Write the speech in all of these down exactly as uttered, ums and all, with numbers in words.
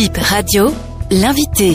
Bip Radio, l'invité.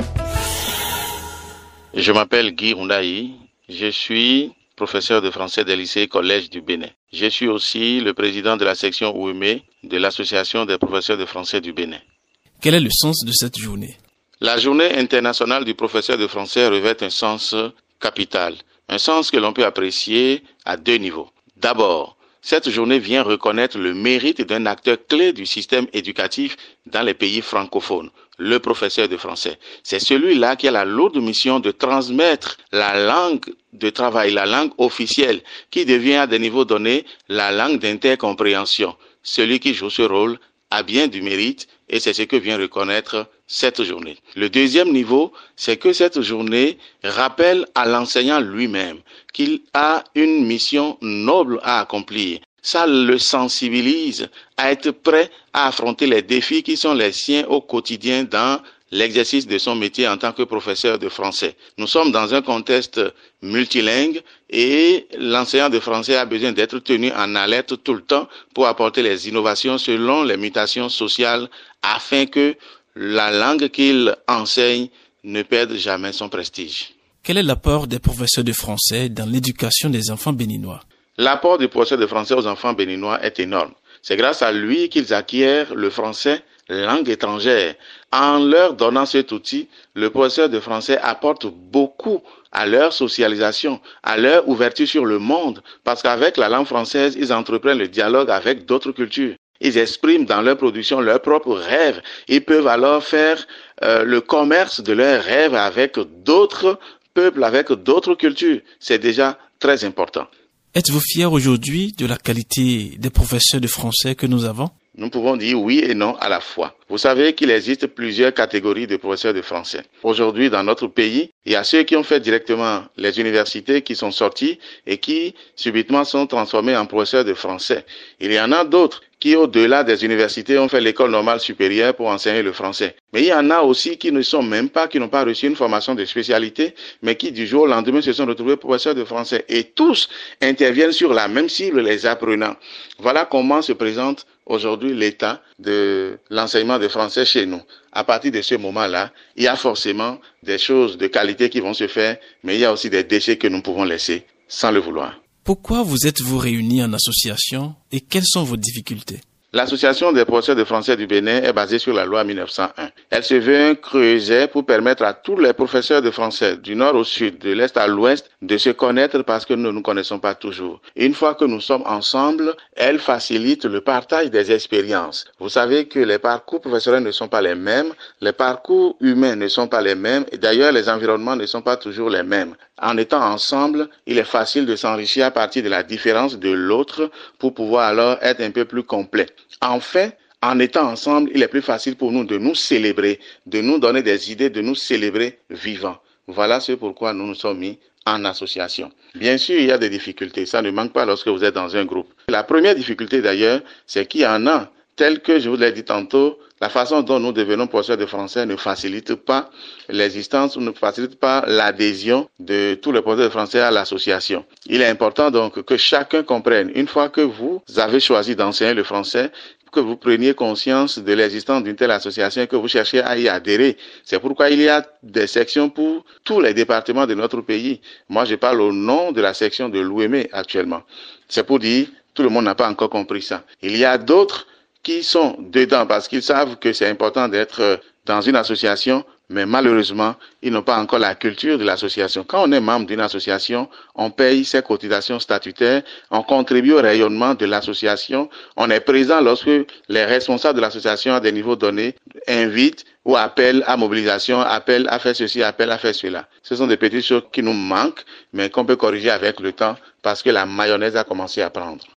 Je m'appelle Guy Rundaï, je suis professeur de français des lycées et collèges du Bénin. Je suis aussi le président de la section Ouémé de l'Association des professeurs de français du Bénin. Quel est le sens de cette journée? La journée internationale du professeur de français revêt un sens capital, un sens que l'on peut apprécier à deux niveaux. D'abord, cette journée vient reconnaître le mérite d'un acteur clé du système éducatif dans les pays francophones, le professeur de français. C'est celui-là qui a la lourde mission de transmettre la langue de travail, la langue officielle, qui devient à des niveaux donnés la langue d'intercompréhension. Celui qui joue ce rôle a bien du mérite et c'est ce que vient reconnaître cette journée. Le deuxième niveau, c'est que cette journée rappelle à l'enseignant lui-même qu'il a une mission noble à accomplir. Ça le sensibilise à être prêt à affronter les défis qui sont les siens au quotidien dans l'exercice de son métier en tant que professeur de français. Nous sommes dans un contexte multilingue et l'enseignant de français a besoin d'être tenu en alerte tout le temps pour apporter les innovations selon les mutations sociales afin que la langue qu'il enseigne ne perde jamais son prestige. Quel est l'apport des professeurs de français dans l'éducation des enfants béninois? L'apport du professeur de français aux enfants béninois est énorme. C'est grâce à lui qu'ils acquièrent le français, langue étrangère. En leur donnant cet outil, le professeur de français apporte beaucoup à leur socialisation, à leur ouverture sur le monde, parce qu'avec la langue française, ils entreprennent le dialogue avec d'autres cultures. Ils expriment dans leur production leurs propres rêves. Ils peuvent alors faire euh, le commerce de leurs rêves avec d'autres peuples, avec d'autres cultures. C'est déjà très important. Êtes-vous fier aujourd'hui de la qualité des professeurs de français que nous avons? Nous pouvons dire oui et non à la fois. Vous savez qu'il existe plusieurs catégories de professeurs de français. Aujourd'hui, dans notre pays, il y a ceux qui ont fait directement les universités qui sont sortis et qui, subitement, sont transformés en professeurs de français. Il y en a d'autres qui, au-delà des universités, ont fait l'école normale supérieure pour enseigner le français. Mais il y en a aussi qui ne sont même pas, qui n'ont pas reçu une formation de spécialité, mais qui, du jour au lendemain, se sont retrouvés professeurs de français. Et tous interviennent sur la même cible, les apprenants. Voilà comment se présente aujourd'hui l'état de l'enseignement de français chez nous. À partir de ce moment-là, il y a forcément des choses de qualité qui vont se faire, mais il y a aussi des déchets que nous pouvons laisser sans le vouloir. Pourquoi vous êtes-vous réunis en association et quelles sont vos difficultés? L'Association des professeurs de français du Bénin est basée sur la loi mille neuf cent un. Elle se veut un creuset pour permettre à tous les professeurs de français, du nord au sud, de l'est à l'ouest, de se connaître parce que nous ne nous connaissons pas toujours. Une fois que nous sommes ensemble, elle facilite le partage des expériences. Vous savez que les parcours professionnels ne sont pas les mêmes, les parcours humains ne sont pas les mêmes, et d'ailleurs les environnements ne sont pas toujours les mêmes. En étant ensemble, il est facile de s'enrichir à partir de la différence de l'autre pour pouvoir alors être un peu plus complet. Enfin, en étant ensemble, il est plus facile pour nous de nous célébrer, de nous donner des idées, de nous célébrer vivants. Voilà ce pourquoi nous nous sommes mis en association. Bien sûr, il y a des difficultés, ça ne manque pas lorsque vous êtes dans un groupe. La première difficulté d'ailleurs, c'est qu'il y en a, tel que je vous l'ai dit tantôt, la façon dont nous devenons professeurs de français ne facilite pas l'existence ou ne facilite pas l'adhésion de tous les professeurs de français à l'association. Il est important donc que chacun comprenne, une fois que vous avez choisi d'enseigner le français, que vous preniez conscience de l'existence d'une telle association et que vous cherchiez à y adhérer. C'est pourquoi il y a des sections pour tous les départements de notre pays. Moi, je parle au nom de la section de l'Ouémé actuellement. C'est pour dire, tout le monde n'a pas encore compris ça. Il y a d'autres qui sont dedans parce qu'ils savent que c'est important d'être dans une association, mais malheureusement, ils n'ont pas encore la culture de l'association. Quand on est membre d'une association, on paye ses cotisations statutaires, on contribue au rayonnement de l'association, on est présent lorsque les responsables de l'association à des niveaux donnés invitent ou appellent à mobilisation, appellent à faire ceci, appellent à faire cela. Ce sont des petites choses qui nous manquent, mais qu'on peut corriger avec le temps parce que la mayonnaise a commencé à prendre.